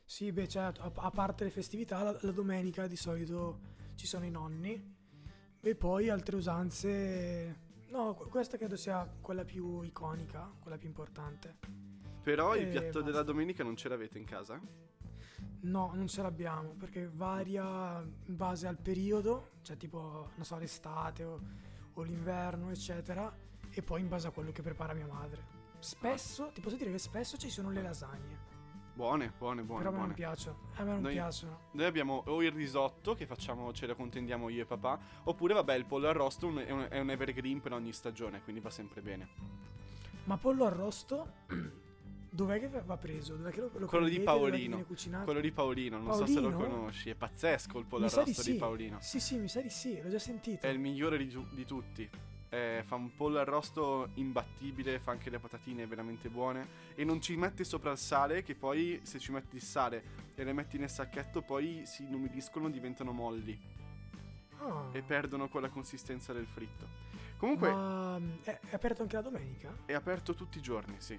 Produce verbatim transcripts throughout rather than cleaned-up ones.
Sì, beh, cioè, a, a parte le festività, la, la domenica di solito ci sono i nonni e poi altre usanze. No, qu- questa credo sia quella più iconica, quella più importante. Però il E piatto della basta. domenica non ce l'avete in casa? No, non ce l'abbiamo perché varia in base al periodo, cioè tipo, non so, l'estate o, o l'inverno, eccetera, e poi in base a quello che prepara mia madre. Spesso, ti posso dire che spesso ci sono le lasagne, Buone, buone, buone, però a me non buone. piacciono. A me non Noi, piacciono. noi abbiamo o il risotto che facciamo, ce lo contendiamo io e papà, oppure vabbè il pollo arrosto un- è un, è un evergreen per ogni stagione, quindi va sempre bene. Ma pollo arrosto, dov'è che va preso? Dov'è che lo, lo Quello di prendete? Dov'è che Paolino, viene cucinato? quello di Paolino, non so se lo Paolino? conosci, è pazzesco il pollo Mi sa di arrosto di sì. Paolino. Sì, sì, mi sa di sì, l'ho già sentito. È il migliore di, giu- di tutti. Eh, fa un pollo arrosto imbattibile, fa anche le patatine veramente buone e non ci mette sopra il sale, che poi se ci metti il sale e le metti nel sacchetto poi si inumidiscono, diventano molli Ah. e perdono quella consistenza del fritto. Comunque Ma mm, è, è aperto anche la domenica? è aperto tutti i giorni, sì.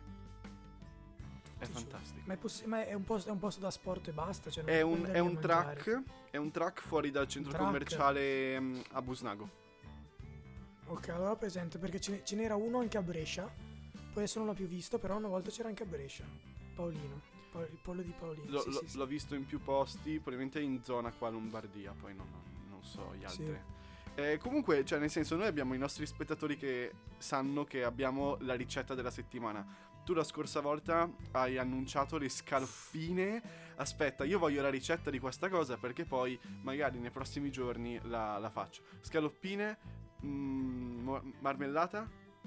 È Tutti i fantastico. Ma è, possi- ma è un posto, è un posto da sport e basta? Cioè non È puoi un, andare è lì a un mangiare? track, è un track fuori dal centro track? commerciale mm, a Busnago. Ok, allora ho presente perché ce, ne- ce n'era uno anche a Brescia. Poi adesso non l'ho più visto, però una volta c'era anche a Brescia. Paolino, Pa- il pollo di Paolino. Lo- sì, lo- sì, sì. L'ho visto in più posti, probabilmente in zona qua Lombardia, poi non, non so gli altri. Sì. Eh, comunque, cioè, nel senso, noi abbiamo i nostri spettatori che sanno che abbiamo la ricetta della settimana. Tu la scorsa volta hai annunciato le scaloppine. Aspetta, io voglio la ricetta di questa cosa perché poi magari nei prossimi giorni la, la faccio. Scaloppine, mm, mo- marmellata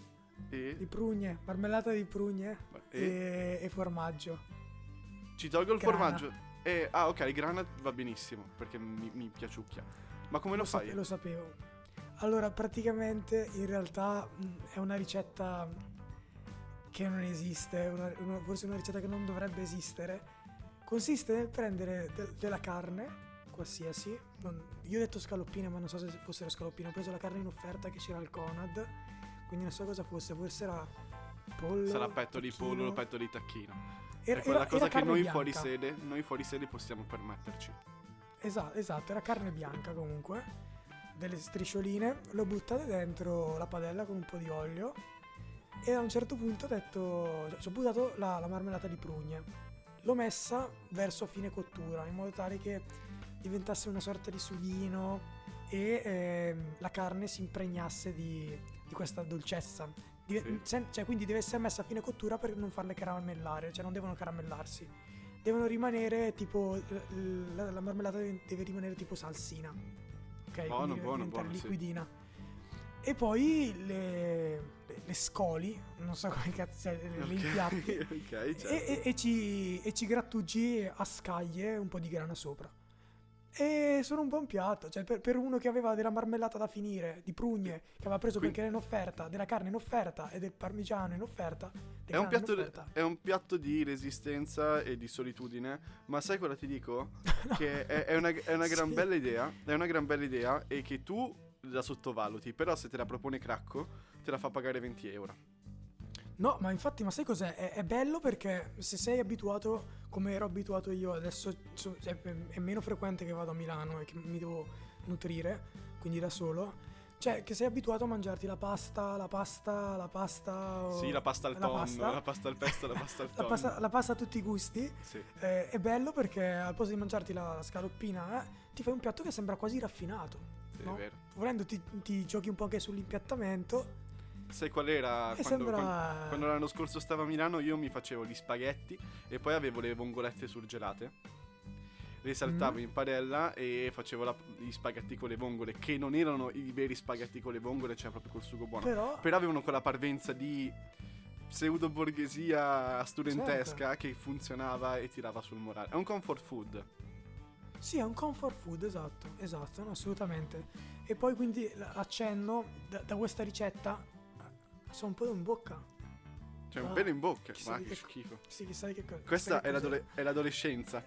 Di e, prugne, marmellata di prugne e e, e formaggio. ci tolgo il grana. formaggio. E, ah, ok, il grana va benissimo perché mi, mi piaciucchia. Ma come lo, sape- fai? lo sapevo. Allora, praticamente in realtà mh, è una ricetta che non esiste, una- una- forse una ricetta che non dovrebbe esistere. Consiste nel prendere del- della carne, qualsiasi. non- io ho detto scaloppine, ma non so se fossero scaloppine. Ho preso la carne in offerta che c'era al Conad, quindi non so cosa fosse. Forse era pollo. Sarà petto di tacchino. pollo o petto di tacchino. Era, è quella era- cosa era che carne noi bianca. fuori sede, noi fuori sede possiamo permetterci. Esatto, esatto, era carne bianca comunque, delle striscioline, l'ho buttate dentro la padella con un po' di olio e a un certo punto ho detto, cioè, ci ho buttato la, la marmellata di prugne, l'ho messa verso fine cottura in modo tale che diventasse una sorta di sughino e ehm, la carne si impregnasse di, di questa dolcezza. Di- Sì. sen- cioè, quindi deve essere messa a fine cottura per non farle caramellare, cioè non devono caramellarsi. Devono rimanere tipo l- la, la marmellata deve, deve rimanere tipo salsina, ok? Buono, Quindi deve buono, diventare buono, sì. liquidina. E poi le, le, le scoli, non so come cazzo, cioè, le, le impiatti Ok, certo. e, e- e ci, e ci grattugi a scaglie un po' di grana sopra. E sono un buon piatto, cioè per, per uno che aveva della marmellata da finire, di prugne, che aveva preso Quindi- perché era in offerta, della carne in offerta e del parmigiano in offerta. del È un, grana in piatto, offerta. è un piatto di resistenza e di solitudine, ma sai cosa ti dico? Che è, è una, è una gran Sì. bella idea, è una gran bella idea e che tu la sottovaluti, però se te la propone Cracco te la fa pagare venti euro. No, ma infatti, ma sai cos'è? È, è bello perché se sei abituato, come ero abituato io, adesso so- è, è meno frequente che vado a Milano e che mi devo nutrire, quindi da solo. Cioè, che sei abituato a mangiarti la pasta, la pasta, la pasta. o- Sì, la pasta al la tonno, pasta. la pasta al pesto, la pasta al La tonno. pasta, la pasta a tutti i gusti. Sì. Eh, è bello perché al posto di mangiarti la, la scaloppina, eh, ti fai un piatto che sembra quasi raffinato. Sì, no? è vero. Volendo ti, ti giochi un po' anche sull'impiattamento. Sai qual era? E Quando, sembra- quando, quando l'anno scorso stavo a Milano io mi facevo gli spaghetti e poi avevo le vongolette surgelate. Le saltavo Mm. in padella e facevo la- gli spaghetti con le vongole, che non erano i veri spaghetti con le vongole, cioè proprio col sugo buono. Però, Però avevano quella parvenza di pseudo borghesia studentesca Certo. che funzionava e tirava sul morale. È un comfort food. sì, è un comfort food, esatto, esatto, no, assolutamente. E poi quindi l- accenno da, da questa ricetta, eh, sono un po' in bocca. Cioè un Ah, pelo in bocca. chissà Ma di che che- schifo. Sì, chissà che cosa. Questa è, l'adole- è l'adolescenza.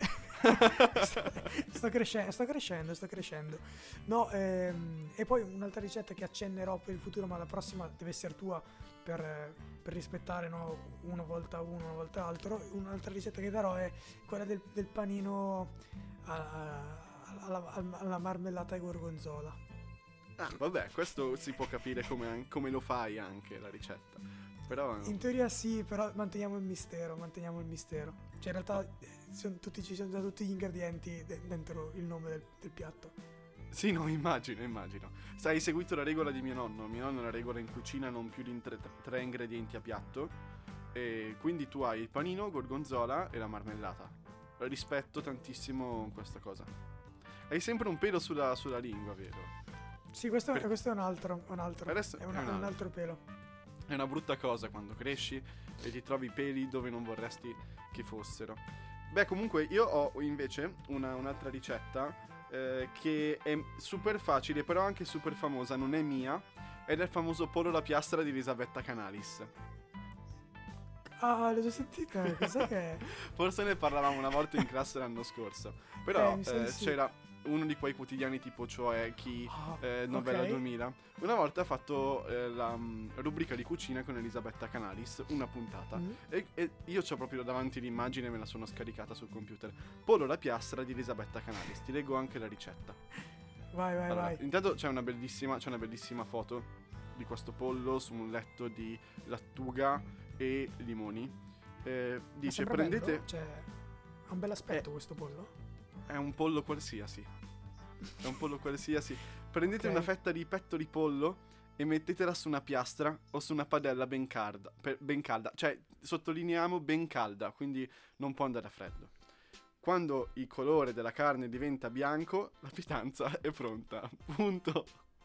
sto crescendo, sto crescendo, sto crescendo. No, ehm, e poi un'altra ricetta che accennerò per il futuro, ma la prossima deve essere tua, per, per rispettare, no, una volta uno, una volta l'altro. Un'altra ricetta che darò è quella del, del panino alla, alla, alla marmellata e gorgonzola. Ah, vabbè, questo si può capire come, come lo fai anche la ricetta. Però in teoria sì, però manteniamo il mistero, manteniamo il mistero. Cioè in realtà sono tutti, ci sono già tutti gli ingredienti de- dentro il nome del, del piatto. Sì, no, immagino, immagino. Sai, hai seguito la regola di mio nonno. Mio nonno ha la regola in cucina non più di tre, tre ingredienti a piatto. E quindi tu hai il panino, gorgonzola e la marmellata. Rispetto tantissimo questa cosa. Hai sempre un pelo sulla, sulla lingua, vero? Sì, questo, Per... questo è un altro, un altro. Adesso è, una, è un un altro. altro pelo. È una brutta cosa quando cresci e ti trovi peli dove non vorresti che fossero. Beh, comunque io ho invece una, un'altra ricetta eh, che è super facile, però anche super famosa, non è mia, ed è il famoso pollo alla piastra di Elisabetta Canalis. Ah, l'ho già sentita, cos'è che è? Forse ne parlavamo una volta in classe l'anno scorso. Però Eh, mi sa di eh, sì. c'era uno di quei quotidiani tipo Cioè Chi, Ah, eh, Novella ok. duemila. Una volta ha fatto eh, la mh, rubrica di cucina con Elisabetta Canalis, una puntata. Mm. E, e io c'ho proprio davanti l'immagine, me la sono scaricata sul computer. Pollo alla piastra di Elisabetta Canalis. Ti leggo anche la ricetta. Vai, vai, Allora, vai. intanto c'è una bellissima, c'è una bellissima foto di questo pollo su un letto di lattuga e limoni. Eh, Ma dice sembra prendete... bello? Cioè, ha un bel aspetto questo pollo. È un pollo qualsiasi. È un pollo qualsiasi. Prendete Ok. una fetta di petto di pollo e mettetela su una piastra o su una padella ben calda. per- ben calda. Cioè, sottolineiamo ben calda, quindi non può andare a freddo. Quando il colore della carne diventa bianco, la pietanza è pronta. Punto.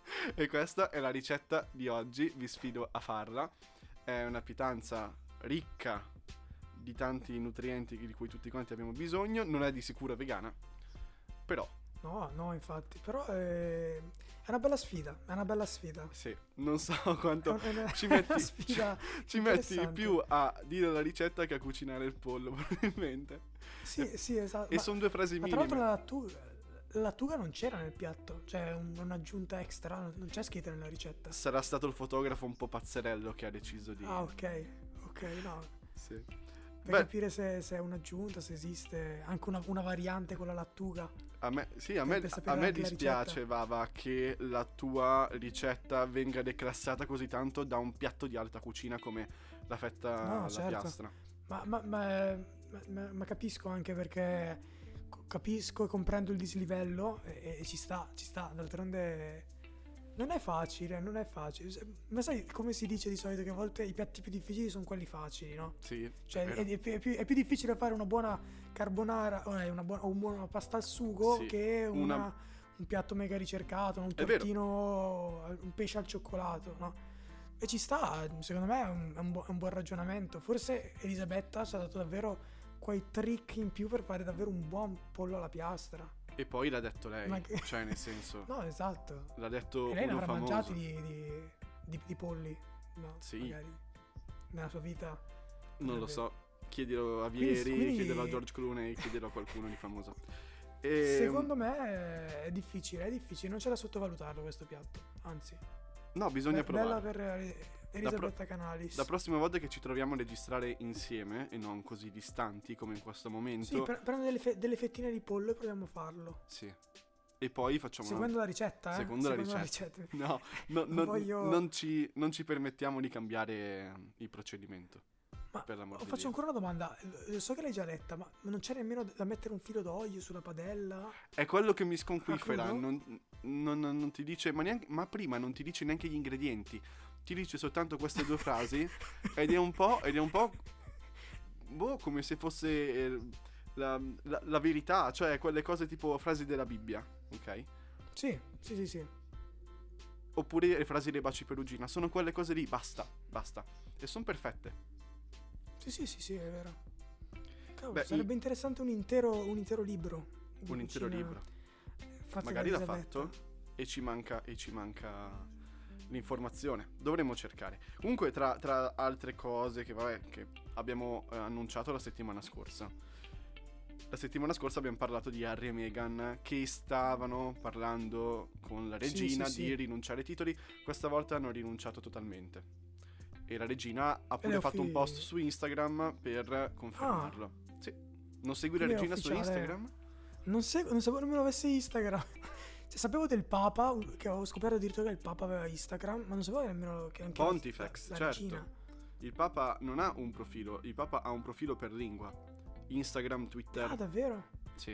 E questa è la ricetta di oggi. Vi sfido a farla. È una pietanza ricca di tanti nutrienti di cui tutti quanti abbiamo bisogno. Non è di sicuro vegana, però No, no, infatti. Però è, è una bella sfida. È una bella sfida. sì, non so quanto È una, ci è una metti, sfida ci metti interessante. più a dire la ricetta che a cucinare il pollo, probabilmente. Sì, sì, esatto. E Ma, sono due frasi ma tra l'altro minime. la lattuga, la lattuga non c'era nel piatto. Cioè, un- un'aggiunta extra. Non c'è scritta nella ricetta. Sarà stato il fotografo un po' pazzerello che ha deciso di... Ah, ok. Ok, no. Sì. Per Beh, capire se, se è un'aggiunta, se esiste anche una, una variante con la lattuga. a me, sì, a per- me, per a sapere me anche la dispiace, ricetta. Vava, che la tua ricetta venga declassata così tanto da un piatto di alta cucina come la fetta No, alla certo. piastra. Ma, ma- ma- ma- ma- ma capisco anche perché co- capisco e comprendo il dislivello e, e ci sta, ci sta. D'altronde non è facile, non è facile. Se- Ma sai come si dice di solito che a volte i piatti più difficili sono quelli facili, no? Sì, Cioè è è, vero. è più, è più- è più difficile fare una buona carbonara o eh, una buona, o una buona pasta al sugo Sì, che una- una- un piatto mega ricercato, un È vero. tortino, un pesce al cioccolato, no? E ci sta, secondo me è un, è un bu- è un buon ragionamento. Forse Elisabetta ci ha dato davvero quei trick in più per fare davvero un buon pollo alla piastra. E poi l'ha detto lei, Ma che- cioè nel senso, No, esatto. l'ha detto E lei ne uno avrà famoso. mangiati di, di, di- di polli, no? Sì. Magari nella sua vita. Non lo Vabbè. so, chiedilo a Quindi- Vieri, quindi- chiedilo a George Clooney, chiedilo a qualcuno di famoso. E, Secondo me è difficile, è difficile, non c'è da sottovalutarlo questo piatto. Anzi, no, bisogna be- bella provare. per eh, Elisabetta Canalis. La prossima volta che ci troviamo a registrare insieme e non così distanti come in questo momento. Sì, pre- prendo delle, fe- delle fettine di pollo e proviamo a farlo. Sì. E poi facciamo una- Seguendo la ricetta, eh? Secondo la ricetta. No, no, no, Voglio- non, ci, non ci permettiamo di cambiare il procedimento. Ma per l'amor di faccio Dio. ancora una domanda. Lo so che l'hai già letta, ma non c'è nemmeno da mettere un filo d'olio sulla padella? È quello che mi sconquifera. Ah, crudo? Non, non- non ti dice, ma, neanche, ma prima non ti dice neanche gli ingredienti. Ti dice soltanto queste due frasi. ed è un po'. Ed è un po'. Boh, come se fosse eh, la, la- la verità, cioè quelle cose tipo frasi della Bibbia, ok? Sì, sì, sì, sì. Oppure le frasi dei baci perugina. Sono quelle cose lì, basta, basta. E sono perfette. Sì, sì, sì, sì, è vero. Cavolo, Beh, sarebbe i- interessante un intero, un intero libro. di Un intero cucina libro. fatto Magari da l'ha Elisabetta. fatto e ci manca, e ci manca l'informazione. Dovremmo cercare. Comunque, tra, tra altre cose che, vabbè, che abbiamo eh, annunciato la settimana scorsa. La settimana scorsa abbiamo parlato di Harry e Meghan che stavano parlando con la Sì, regina sì, di sì. rinunciare ai titoli. Questa volta hanno rinunciato totalmente. E la regina ha Ed pure è fatto un uffi- post su Instagram per confermarlo. Sì. Non segui la Quindi è regina su ufficiale. Instagram? Non, se- non sapevo nemmeno avesse Instagram. Cioè, sapevo del Papa, che avevo scoperto addirittura che il Papa aveva Instagram, ma non sapevo nemmeno che anche Pontifex, la, la certo. regina. Il Papa non ha un profilo, il Papa ha un profilo per lingua. Instagram, Twitter. Ah, davvero? Sì.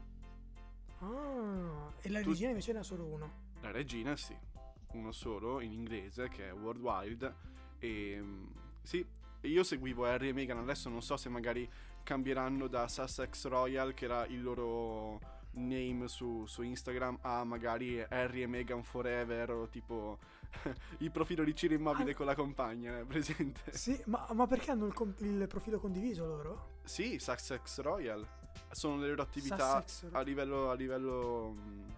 Ah, e la Tu- regina invece ne ha solo uno. La regina sì, uno solo in inglese che è World Wide e mm, sì, e io seguivo Harry e Meghan, adesso non so se magari cambieranno da Sussex Royal che era il loro name su, su Instagram a magari Harry e Meghan Forever o tipo il profilo di Ciro Immobile Ah. con la compagna, è presente? Sì, ma, ma perché hanno il, com- il profilo condiviso loro? Sì, Sussex Royal sono le loro attività Sussex a livello, a livello mm,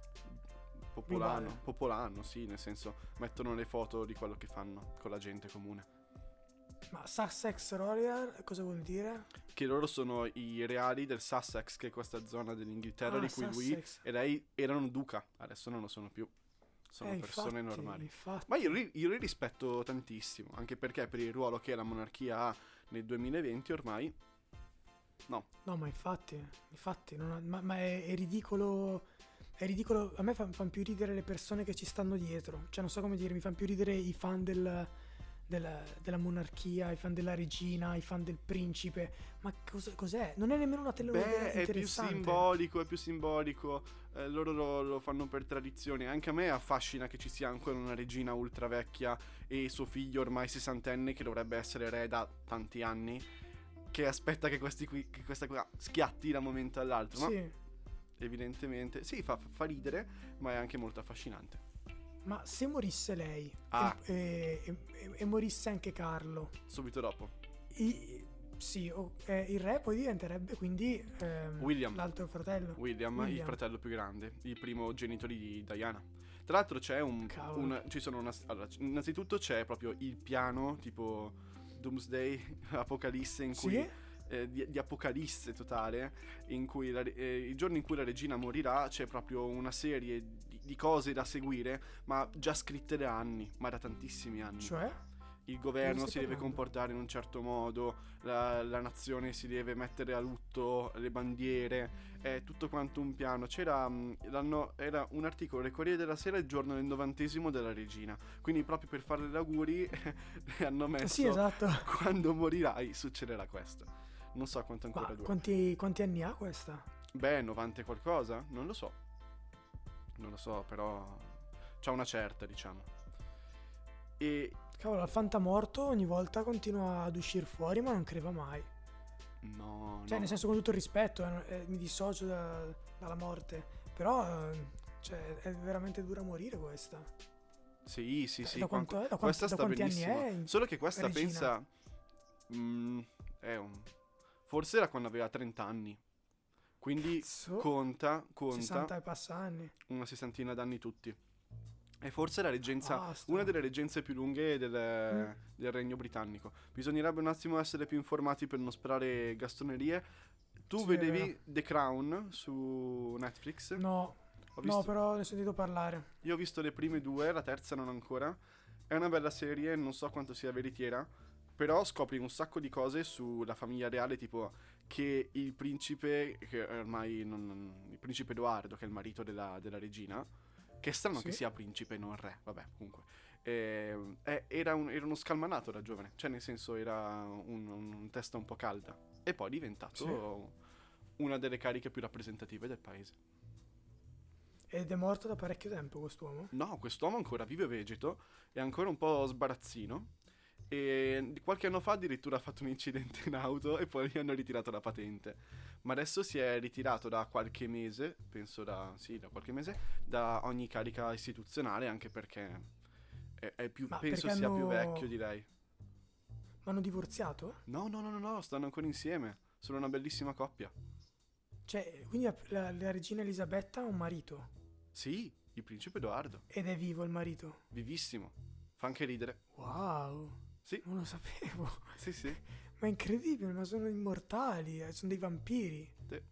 popolano, Globale. popolano, sì, nel senso mettono le foto di quello che fanno con la gente comune. Ma Sussex Royal cosa vuol dire? Che loro sono i reali del Sussex, che è questa zona dell'Inghilterra Ah, di cui lui Sussex. e lei erano duca, adesso non lo sono più. Sono Eh, persone infatti, normali. Infatti. Ma io li, io li rispetto tantissimo, anche perché per il ruolo che la monarchia ha nel duemilaventi ormai, no. No, ma infatti, infatti, non ha- ma, ma è, è ridicolo. È ridicolo. A me fanno fan più ridere le persone che ci stanno dietro. Cioè, non so come dire, mi fanno più ridere i fan del, della, della monarchia, i fan della regina, i fan del principe. Ma cos- cos'è? Non è nemmeno una telenovela Beh, è più interessante. simbolico, è più simbolico. Eh, loro lo, lo fanno per tradizione. Anche a me affascina che ci sia ancora una regina ultra vecchia e suo figlio ormai sessantenne che dovrebbe essere re da tanti anni, che aspetta che, questi qui, che questa qua schiatti da un momento all'altro. Ma Sì, evidentemente sì, fa, fa ridere, ma è anche molto affascinante. ma se morisse lei Ah. e, e- e- e morisse anche Carlo, Subito dopo. i- sì, o- eh, il re poi diventerebbe quindi ehm, William. l'altro fratello. William, il William. fratello più grande, il primo genitore di Diana. Tra l'altro c'è un, Cavolo. un- ci sono una, allora, c- innanzitutto c'è proprio il piano tipo Doomsday, Apocalisse in cui Sì? eh, di, di apocalisse totale, in cui la re- eh, il giorno in cui la regina morirà c'è proprio una serie di, di cose da seguire, ma già scritte da anni, ma da tantissimi anni. Cioè? Il governo stai si deve parlando? comportare in un certo modo, la, la nazione si deve mettere a lutto, le bandiere, è tutto quanto un piano. C'era mh, l'hanno- era un articolo del Corriere della Sera il giorno del novantesimo della regina, quindi proprio per farle gli auguri le hanno messo Eh sì, esatto. quando morirai succederà questo. Non so quanto ancora Ma dura. quanti, quanti anni ha questa? Beh, novanta e qualcosa? Non lo so. Non lo so, però c'ha una certa, diciamo. E Cavolo, il fantamorto ogni volta continua ad uscire fuori, ma non creva mai. no, Cioè, no. nel senso, con tutto il rispetto, eh, eh, mi dissocio da- dalla morte. Però, eh, cioè, è veramente dura morire questa. Sì, sì, sì. da qua- quanto è? Da quanti- questa da sta quanti anni benissimo. è in- Solo che questa regina? pensa. mm, è un. Forse era quando aveva trenta anni. Quindi Cazzo, conta, conta sessanta e passa anni. una sessantina d'anni tutti. E forse la reggenza. Basta. Una delle reggenze più lunghe del, Mm. del regno britannico. Bisognerebbe un attimo essere più informati per non sparare gastonerie. Tu Sì, è vedevi vero. The Crown su Netflix? No, Ho visto- no, però ne ho sentito parlare. Io ho visto le prime due, la terza non ancora. È una bella serie, non so quanto sia veritiera, però scopri un sacco di cose sulla famiglia reale, tipo che il principe, che ormai non, non- il principe Edoardo, che è il marito della, della regina, che è strano Sì. che sia principe e non re, vabbè, comunque. eh, è- era, un- era uno scalmanato da giovane, cioè nel senso era un, un testa un po' calda. E poi è diventato una delle cariche più rappresentative del paese. Ed è morto da parecchio tempo quest'uomo. No, quest'uomo ancora vive e vegeto, è ancora un po' sbarazzino e di qualche anno fa addirittura ha fatto un incidente in auto e poi gli hanno ritirato la patente. Ma adesso si è ritirato da qualche mese, penso da, sì, da qualche mese, da ogni carica istituzionale, anche perché è, è più, Ma penso perché sia più hanno- vecchio di lei. Ma hanno divorziato? No, no, no, no, no, stanno ancora insieme, sono una bellissima coppia. Cioè, quindi la, la- la regina Elisabetta ha un marito. Sì, il principe Edoardo, Ed è vivo il marito. vivissimo, fa anche ridere. Wow. Sì. Non lo sapevo. Sì, sì. Ma è incredibile, ma sono immortali, eh, sono dei vampiri.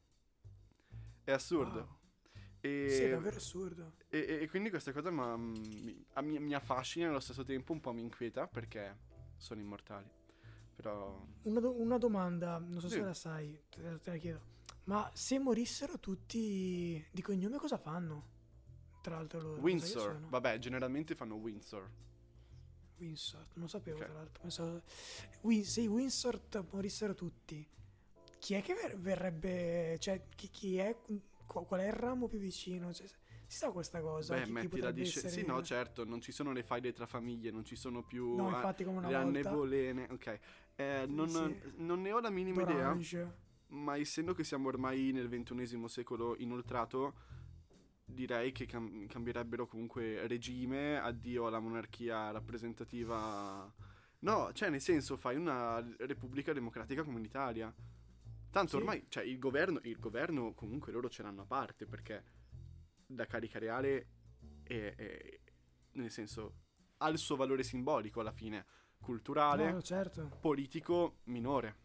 È assurdo. Wow. E... Sì, è davvero assurdo. E, e- e quindi questa cosa m'ha- mi, a- mi, mi affascina e allo stesso tempo un po' mi inquieta perché sono immortali. Però... Una, do- una domanda, non so Sì. se la sai, te, te la chiedo. Ma se morissero tutti di cognome cosa fanno? Tra l'altro loro. cosa che Windsor, sono? vabbè, generalmente fanno Windsor. Windsor, non sapevo Ok. tra l'altro. Pensavo... Win- se i Windsor t- morissero tutti, chi è che ver- verrebbe... Cioè, chi, chi è... qu- Qual è il ramo più vicino? Cioè, si sa questa cosa? Beh, chi, chi metti la potrebbe disce... essere... Sì, no, certo, non ci sono le faide tra famiglie, non ci sono più No, ah, infatti come una le volta. annevolene. Ok, eh, non, Sì. non ne ho la minima idea, D'Orange. ma essendo che siamo ormai nel ventunesimo secolo inoltrato, direi che cam- cambierebbero comunque regime, addio alla monarchia rappresentativa. No, cioè nel senso fai una repubblica democratica comunitaria. Tanto Sì. ormai, cioè il governo, il governo comunque loro ce l'hanno a parte perché la carica reale è, è- nel senso ha il suo valore simbolico alla fine, culturale, No, certo. politico minore.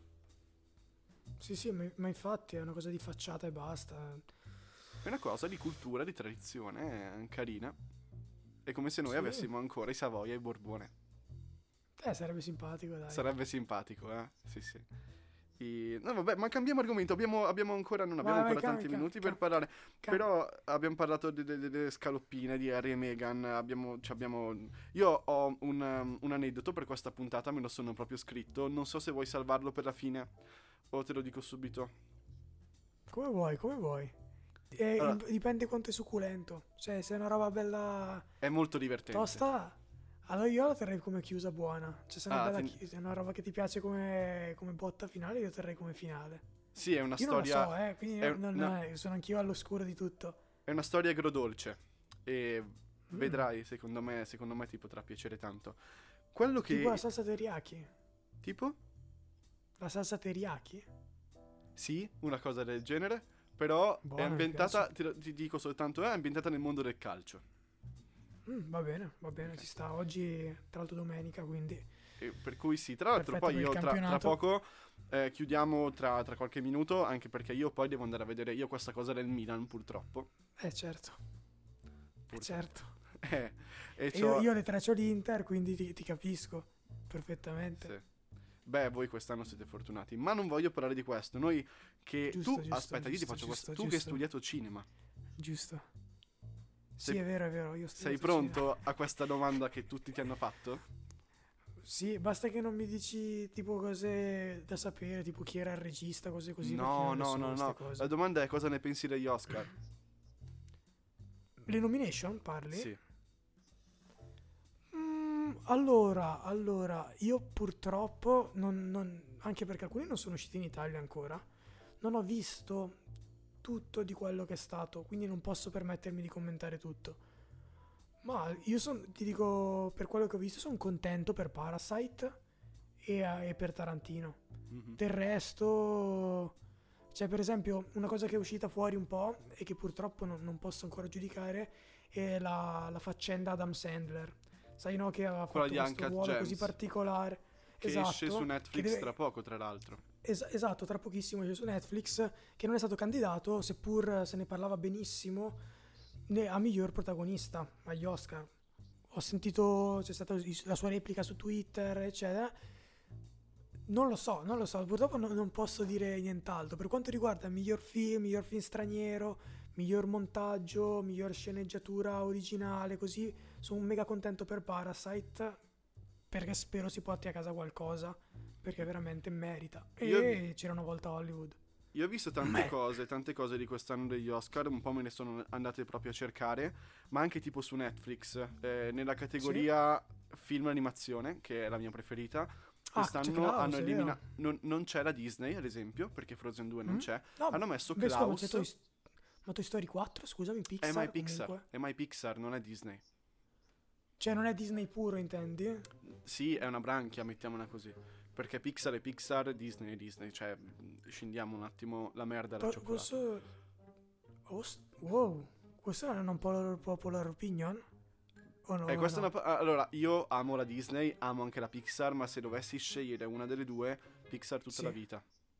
Sì, sì, ma, ma infatti è una cosa di facciata e basta. È una cosa di cultura, di tradizione, è carina. È come se noi Sì. avessimo ancora i Savoia e i Borbone. Eh, sarebbe simpatico, dai. Sarebbe simpatico, eh? Sì, sì. I- No, vabbè, ma cambiamo argomento. Abbiamo, abbiamo ancora, non abbiamo Vai, vai, ancora cam- tanti cam- minuti cam- per parlare. cam- Però abbiamo parlato de- de- delle scaloppine di Harry e Meghan. Abbiamo, ci abbiamo... Io ho un, um, un aneddoto per questa puntata, me lo sono proprio scritto. Non so se vuoi salvarlo per la fine o te lo dico subito. Come vuoi, come vuoi. Eh, Allora. in- dipende quanto è succulento. Cioè, se è una roba bella È molto divertente. tosta, allora io la terrei come chiusa buona. Cioè, se è una, Ah, bella ti- chi- se è una roba che ti piace come, come botta finale, io terrei come finale. Sì, è una Io storia... non lo so, eh, quindi è- non- no. eh, sono anch'io all'oscuro di tutto. È una storia agrodolce e Mm. vedrai, secondo me, secondo me ti potrà piacere tanto. Quello che... Tipo la salsa teriyaki. Tipo? La salsa teriyaki? Sì, una cosa del genere, però Buona, è mi ambientata, ti, ti dico soltanto, è ambientata nel mondo del calcio. Mm, va bene, va bene, Ok. ci sta. Oggi, tra l'altro domenica, quindi... E per cui sì, tra l'altro Perfetto poi per il io tra, tra campionato. poco eh, chiudiamo tra, tra qualche minuto, anche perché io poi devo andare a vedere io questa cosa del Milan, purtroppo. Eh, certo. Eh, Purtroppo. certo. Eh, e E c'ho- io, io le traccio l'Inter, quindi ti, ti capisco perfettamente. Sì. Beh, voi quest'anno siete fortunati, ma non voglio parlare di questo. Noi che Giusto, tu giusto, aspetta, io ti giusto, faccio giusto, questo. Tu che hai giusto. studiato cinema, Giusto. Sei- Sì, è vero, è vero. Io ho sei studiato cinema. pronto a questa domanda che tutti ti hanno fatto? Sì, basta che non mi dici tipo cose da sapere, tipo chi era il regista, cose così. perché No, non le no, so no, queste no. cose. La domanda è cosa ne pensi degli Oscar? Le nomination, parli? Sì. Mm, allora, allora, io purtroppo, non, non- anche perché alcuni non sono usciti in Italia ancora, non ho visto tutto di quello che è stato, quindi non posso permettermi di commentare tutto. Ma io son- ti dico, per quello che ho visto, sono contento per Parasite e, e per Tarantino. Mhm. Del resto, cioè per esempio, una cosa che è uscita fuori un po' e che purtroppo non, non posso ancora giudicare è la, la faccenda Adam Sandler. Sai, no, che aveva Quella fatto di questo Uncut ruolo Gems, così particolare. Che Esatto, esce su che Netflix deve- tra poco, tra l'altro. Es- esatto, tra pochissimo esce su Netflix, che non è stato candidato, seppur se ne parlava benissimo, né- a miglior protagonista agli Oscar. Ho sentito, c'è stata is- la sua replica su Twitter, eccetera. Non lo so, non lo so, purtroppo no- non posso dire nient'altro. Per quanto riguarda miglior film, miglior film straniero, miglior montaggio, miglior sceneggiatura originale, così, sono mega contento per Parasite, perché spero si porti a casa qualcosa, perché veramente merita. E Io- c'era una volta Hollywood. Io ho visto tante Meh. cose, tante cose di quest'anno degli Oscar, un po' me ne sono andate proprio a cercare, ma anche tipo su Netflix, eh, nella categoria film animazione, che è la mia preferita. Ah, c'è Quest'anno Klaus, hanno è eliminato. vero. Non, non c'è la Disney, ad esempio, perché Frozen due non Mm? c'è. No, Hanno messo beh, scusa, ma Klaus. c'è Toy, ma Toy Story quattro, scusami, È Pixar My Pixar, comunque. è My Pixar, non è Disney. Cioè non è Disney puro, intendi? Sì, è una branchia, mettiamola così. Perché Pixar è Pixar, Disney è Disney. Cioè, mh, scendiamo un attimo la merda dalla Po- cioccolata. posso... Ost- Wow, questo non è un po' popular opinion? O no? Eh, questa no? è una pa- allora, io amo la Disney, amo anche la Pixar, ma se dovessi scegliere una delle due, Pixar tutta Sì. la vita.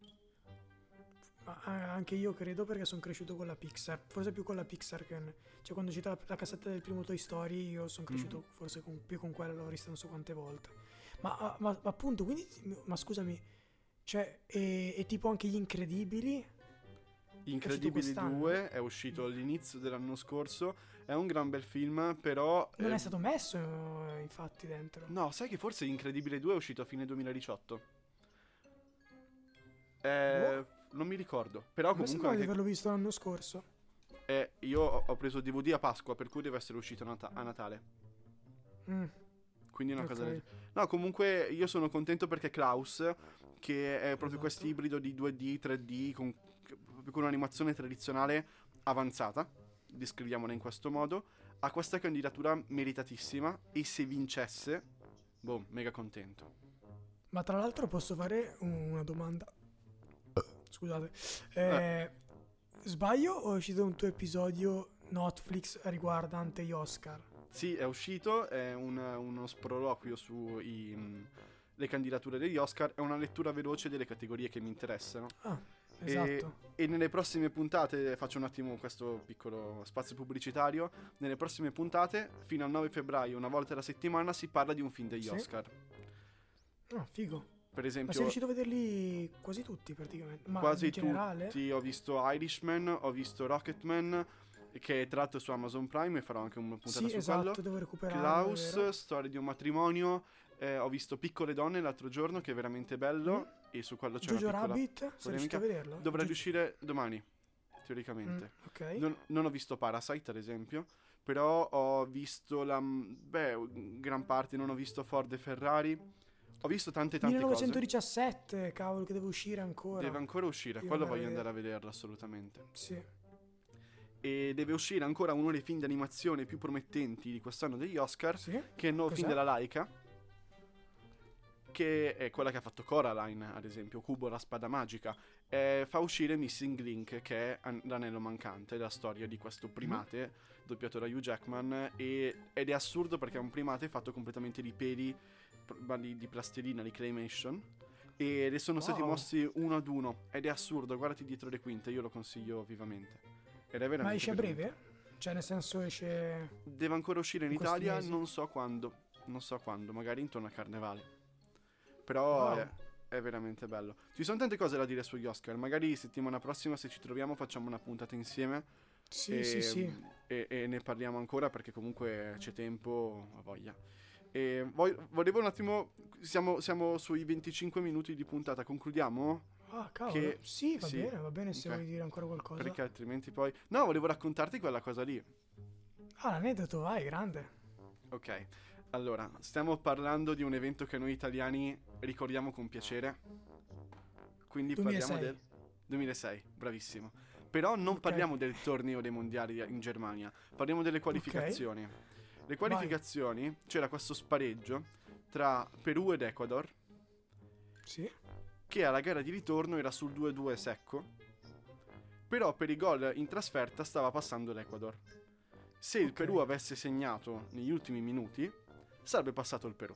Ma eh, anche io credo, perché sono cresciuto con la Pixar. Forse più con la Pixar che... Cioè quando è uscita la, la cassetta del primo Toy Story io sono cresciuto Mhm. forse con- più con quella, l'ho vista non so quante volte. Ma, ma, ma appunto, quindi, ma scusami, cioè, è, è tipo anche Gli Incredibili? Incredibili quest'anno? due è uscito all'inizio dell'anno scorso, è un gran bel film, però... Non è eh, stato messo, eh, infatti, dentro. no, sai che forse Incredibile due è uscito a fine duemiladiciotto? Eh, Boh, non mi ricordo, però a me comunque sembrava di anche... averlo visto l'anno scorso. eh, io ho ho preso D V D a Pasqua, per cui deve essere uscito a, Nata- a Natale. Mm, Quindi è una cosa del ok, genere. No, comunque io sono contento perché Klaus, che è proprio esatto. questo ibrido di due D, tre D, con, con un'animazione tradizionale avanzata, descriviamola in questo modo, ha questa candidatura meritatissima e se vincesse, boh, mega contento. Ma tra l'altro posso fare un- una domanda? Scusate. Eh, Eh, sbaglio o è uscito un tuo episodio Netflix riguardante gli Oscar? sì, è uscito, è un- uno sproloquio sulle candidature degli Oscar, è una lettura veloce delle categorie che mi interessano. Ah, E, esatto. e nelle prossime puntate, faccio un attimo questo piccolo spazio pubblicitario, nelle prossime puntate, fino al nove febbraio, una volta alla settimana, si parla di un film degli Sì. Oscar. Ah, figo. Per Ma sei esempio, riuscito a vederli quasi tutti praticamente? Ma quasi in generale? tutti, ho visto Irishman, ho visto Rocketman, che è tratto su Amazon Prime, e farò anche una puntata Sì, su esatto, quello. devo recuperarlo. Klaus, è vero. storia di un matrimonio, eh, ho visto Piccole donne l'altro giorno, che è veramente bello, Mm. e su quello c'è Jojo una piccola Rabbit, sei riuscito polemica. a vederlo? Dovrebbe Gio- uscire domani, Mm, teoricamente. ok. Non, non ho visto Parasite, ad esempio, però ho visto la... beh, gran parte, non ho visto Ford e Ferrari. Ho visto tante tante cose. millenovecentodiciassette, cavolo, che deve uscire ancora. Deve ancora uscire, Devo quello andare a voglio andare a vedere. vederlo assolutamente. Sì. E deve uscire ancora uno dei film di animazione più promettenti di quest'anno degli Oscar, Sì? che è il nuovo film Cos'è? della Laika, che è quella che ha fatto Coraline, ad esempio, Kubo la spada magica. Eh, fa uscire Missing Link, che è an- l'anello mancante, la storia di questo primate, doppiato da Hugh Jackman, e- ed è assurdo perché è un primate fatto completamente di peli, pr- ma di, di plastilina, di claymation, e ne sono stati Wow. mossi uno ad uno, ed è assurdo, guardati dietro le quinte, io lo consiglio vivamente. Ed è veramente Ma esce a veramente- breve? Cioè, nel senso esce... Deve ancora uscire in In questi Italia, mesi? non so quando, non so quando, magari intorno a Carnevale. Però Wow. è, è veramente bello. Ci sono tante cose da dire sugli Oscar, magari settimana prossima se ci troviamo facciamo una puntata insieme Sì, e, sì, sì. e- e ne parliamo ancora perché comunque c'è tempo, ho voglia. E vo- volevo un attimo, siamo, siamo sui venticinque minuti di puntata, concludiamo? Ah, cavolo. Che- Sì, va sì, bene, va bene se ok. vuoi dire ancora qualcosa. Perché altrimenti poi... No, volevo raccontarti quella cosa lì. Ah, l'aneddoto, vai, grande. Ok, allora, stiamo parlando di un evento che noi italiani ricordiamo con piacere. Quindi duemilasei. parliamo del duemilasei, bravissimo. Però non Ok. parliamo del torneo dei mondiali in Germania, parliamo delle qualificazioni. Le qualificazioni, c'era questo spareggio tra Perù ed Ecuador, Sì. che alla gara di ritorno era sul due a due secco, però per i gol in trasferta stava passando l'Ecuador. Se il Ok. Perù avesse segnato negli ultimi minuti, sarebbe passato il Perù.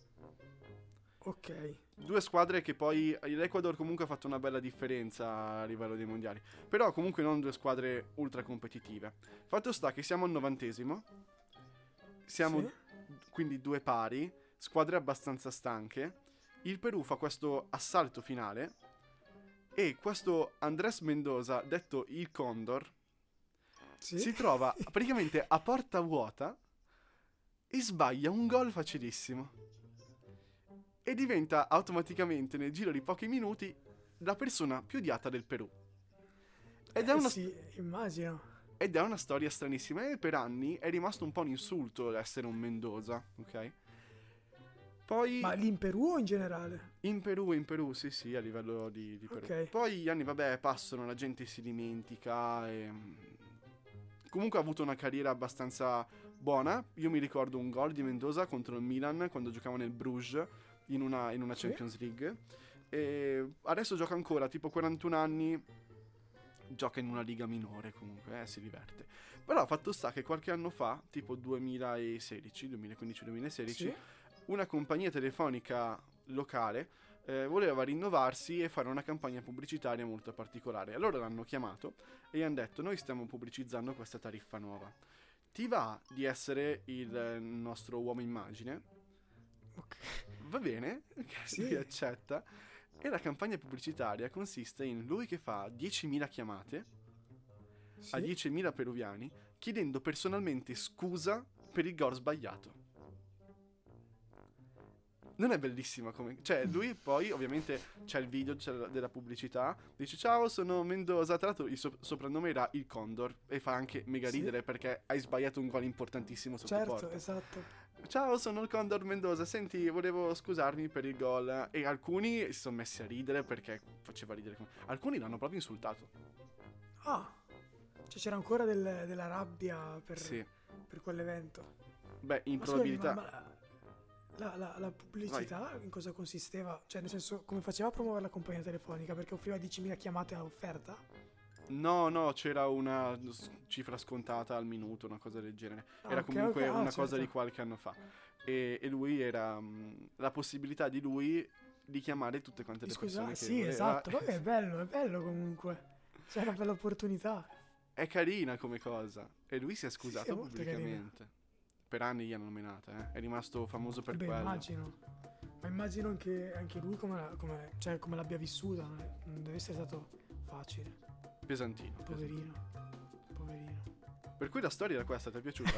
Ok. Due squadre che poi l'Ecuador comunque ha fatto una bella differenza a livello dei mondiali, però comunque non due squadre ultra competitive. Fatto sta che siamo al novantesimo, siamo Sì. quindi due pari, squadre abbastanza stanche. Il Perù fa questo assalto finale e questo Andrés Mendoza, detto il Condor, Sì. si trova praticamente a porta vuota e sbaglia un gol facilissimo. E diventa automaticamente, nel giro di pochi minuti, la persona più odiata del Perù. Ed è Eh, una, sì, immagino. ed è una storia stranissima. E per anni è rimasto un po' un insulto essere un Mendoza, ok? Poi Ma lì in Perù o in generale? in Perù, in Perù, sì, sì, a livello di, di Perù. Ok. Poi gli anni, vabbè, passano, la gente si dimentica. E... comunque ha avuto una carriera abbastanza buona. Io mi ricordo un gol di Mendoza contro il Milan quando giocava nel Bruges in una, in una Sì. Champions League. E adesso gioca ancora, tipo quarantuno anni. Gioca in una liga minore comunque, eh, si diverte. Però fatto sta che qualche anno fa, tipo duemilasedici, duemilaquindici duemilasedici, Sì. una compagnia telefonica locale eh, voleva rinnovarsi e fare una campagna pubblicitaria molto particolare. Allora l'hanno chiamato e gli hanno detto: noi stiamo pubblicizzando questa tariffa nuova. Ti va di essere il nostro uomo immagine? Ok. Va bene, ok, Sì. lui accetta. E la campagna pubblicitaria consiste in lui che fa diecimila chiamate Sì. a diecimila peruviani chiedendo personalmente scusa per il gol sbagliato. Non è bellissima come... Cioè, lui poi, ovviamente, c'è il video c'è la- della pubblicità, dice ciao, sono Mendoza, tra l'altro il so- soprannome era il Condor, e fa anche mega Sì. ridere perché hai sbagliato un gol importantissimo sotto Certo, porta. esatto. Ciao, sono il Condor Mendoza, senti, volevo scusarmi per il gol. E alcuni si sono messi a ridere perché faceva ridere. come- Alcuni l'hanno proprio insultato. Ah, cioè c'era ancora del- della rabbia per, Sì. per quell'evento. Beh, in Ma scusami, probabilità... ma- ma la, la- la pubblicità in cosa consisteva? Cioè, nel senso, come faceva a promuovere la compagnia telefonica? Perché offriva diecimila chiamate a offerta? No, no, c'era una s- cifra scontata al minuto, una cosa del genere. Ah, Era ok, comunque ok, ah, una cosa certo. di qualche anno fa. E, e lui era mh, la possibilità di lui di chiamare tutte quante le Scusa, persone che sì, voleva. esatto. Vabbè, è bello, è bello comunque. C'è una bella opportunità. È carina come cosa. E lui si è scusato sì, è molto pubblicamente. Per anni gli hanno nominata, eh. È rimasto famoso per Beh, quello. immagino. Ma immagino anche, anche lui come, la- come- cioè, come l'abbia vissuta. Non, è- non deve essere stato facile. Pesantino. pesantino. Poverino. Poverino. Per cui la storia era questa, ti è piaciuta?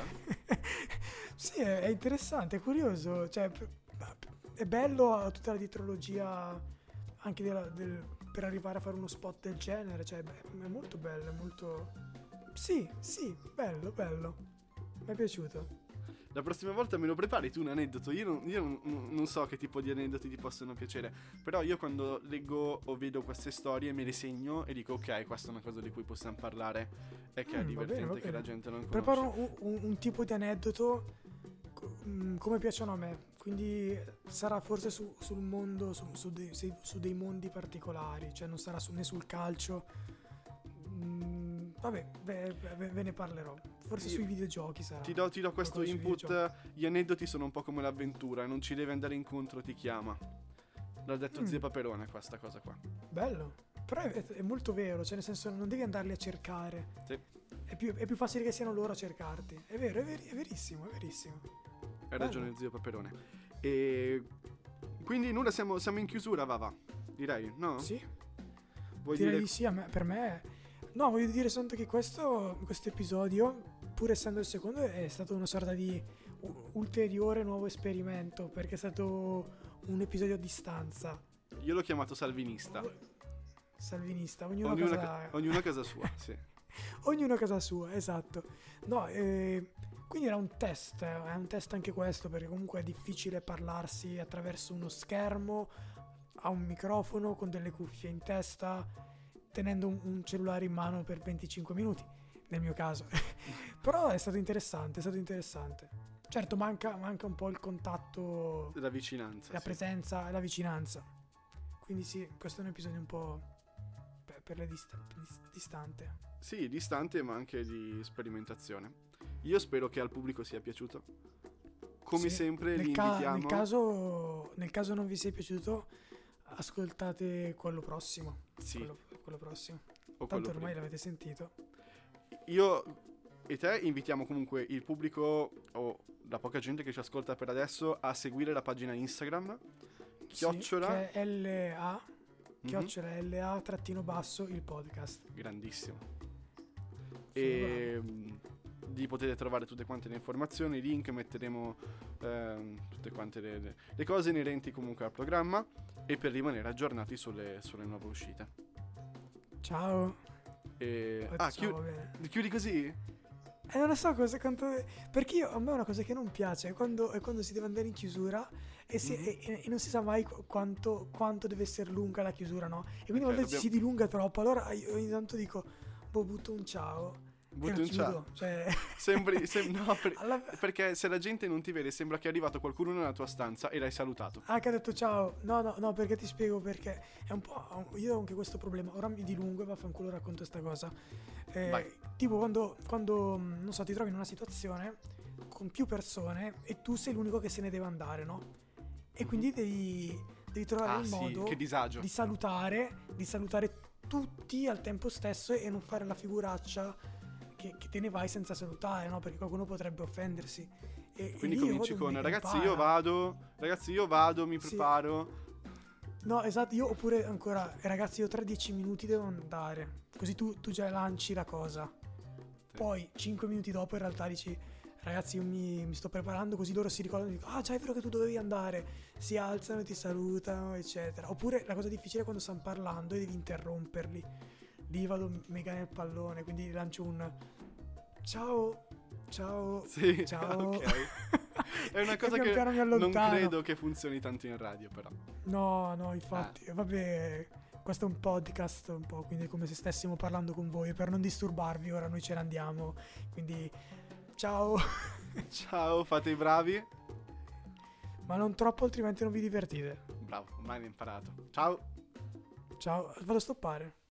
Sì, è, è interessante, è curioso. Cioè, p- è bello a tutta la dietrologia anche della- del- per arrivare a fare uno spot del genere. Cioè, beh, è molto bello, è molto... Sì, sì, bello, bello. Mi è piaciuto. La prossima volta me lo prepari tu un aneddoto. Io, non, io non- non so che tipo di aneddoti ti possono piacere. Però io quando leggo o vedo queste storie me le segno e dico ok, questa è una cosa di cui possiamo parlare e che Mm, è va divertente, bene, va che la bene. gente non conosce. Preparo un, un- un tipo di aneddoto co- mm, come piacciono a me. Quindi sarà forse su- sul mondo, su, su dei, se- su dei mondi particolari. Cioè non sarà su- né sul calcio. Mm, vabbè, ve, ve- ve ne parlerò. Forse Sì. sui videogiochi sarà. Ti do, ti do questo Qualcosa sui input. videogiochi. Gli aneddoti sono un po' come l'avventura. Non ci deve andare incontro, ti chiama. L'ha detto Mm. zio Paperone questa cosa qua. Bello. Però è, è molto vero, cioè nel senso non devi andarli a cercare. Sì. È più, è più facile che siano loro a cercarti. È vero, è, veri- è verissimo, è verissimo. Hai ragione zio Paperone. E quindi nulla, siamo, siamo in chiusura, Vava. Direi, no? Sì, Vuoi direi dire di sì, a me- per me... No, voglio dire soltanto che questo, questo episodio, pur essendo il secondo, è stato una sorta di u- ulteriore nuovo esperimento, perché è stato un episodio a distanza. Io l'ho chiamato salvinista. Salvinista, ognuno, Ognuno a a, casa... ca- ognuno a casa sua, sì. Ognuno a casa sua, esatto. No, eh, quindi era un test, eh, è un test anche questo, perché comunque è difficile parlarsi attraverso uno schermo, a un microfono, con delle cuffie in testa, tenendo un, un cellulare in mano per venticinque minuti, nel mio caso. Però è stato interessante, è stato interessante. Certo, manca, manca un po' il contatto, La vicinanza. la sì. presenza e la vicinanza. Quindi sì, questo è un episodio un po' per, per le dist- dis- distante. Sì, distante ma anche di sperimentazione. Io spero che al pubblico sia piaciuto. Come Sì, sempre nel li ca- invitiamo. nel, caso, nel caso non vi sia piaciuto, ascoltate quello prossimo. Sì, Quello, quello prossimo. o quello Tanto ormai prima. l'avete sentito. Io e te invitiamo comunque il pubblico o la poca gente che ci ascolta per adesso a seguire la pagina Instagram chiocciola Sì, che è L A, Mhm, chiocciola L A trattino basso il podcast. grandissimo. Sono E mh, lì potete trovare tutte quante le informazioni, i link, metteremo ehm, tutte quante le, le- le cose inerenti comunque al programma e per rimanere aggiornati sulle, sulle nuove uscite. Ciao. E... Ho detto Ah, ciao, chiu- va bene. chiudi così? Eh, non lo so cosa, quanto... Perché io, a me è una cosa che non piace, è quando, è quando si deve andare in chiusura e, si- Mhm. e- e non si sa mai qu- quanto, quanto deve essere lunga la chiusura, no? E quindi Ok, a volte dobbiamo- si dilunga troppo, allora io ogni tanto dico, boh, butto un ciao. e Butti lo un ciao. chiudo, cioè... Sembri, sem- no, per- alla- perché se la gente non ti vede sembra che è arrivato qualcuno nella tua stanza e l'hai salutato. Ah, che ha detto ciao. No, no, no, perché ti spiego perché è un po'... Io ho anche questo problema, ora mi dilungo e vaffanculo racconto sta cosa. Eh, Vai. tipo quando, quando, mh, non so, ti trovi in una situazione con più persone e tu sei l'unico che se ne deve andare, no? E quindi devi, devi trovare Ah il sì, modo che disagio. di salutare, di salutare tutti al tempo stesso e non fare la figuraccia che, che te ne vai senza salutare, no? Perché qualcuno potrebbe offendersi. E, e Quindi lì io cominci vado con mega ragazzi impara. io vado, ragazzi io vado, mi Sì. preparo. No, esatto, io oppure ancora, ragazzi, io tra dieci minuti devo andare. Così tu, tu già lanci la cosa. Poi cinque minuti dopo in realtà dici, ragazzi, io mi, mi sto preparando, così loro si ricordano, dico, ah già è vero che tu dovevi andare. Si alzano, ti salutano, eccetera. Oppure la cosa difficile è quando stanno parlando e devi interromperli. Lì vado mega nel pallone, quindi lancio un ciao, ciao, Sì, ciao. ok. È una E cosa pian che piano mi non allontano. credo che funzioni tanto in radio, però. No, no, infatti, vabbè, questo è un podcast un po', quindi è come se stessimo parlando con voi. Per non disturbarvi, ora noi ce ne andiamo, quindi ciao. Ciao, fate i bravi. Ma non troppo, altrimenti non vi divertite. Bravo, ormai l'hai imparato. Ciao. Ciao, vado a stoppare.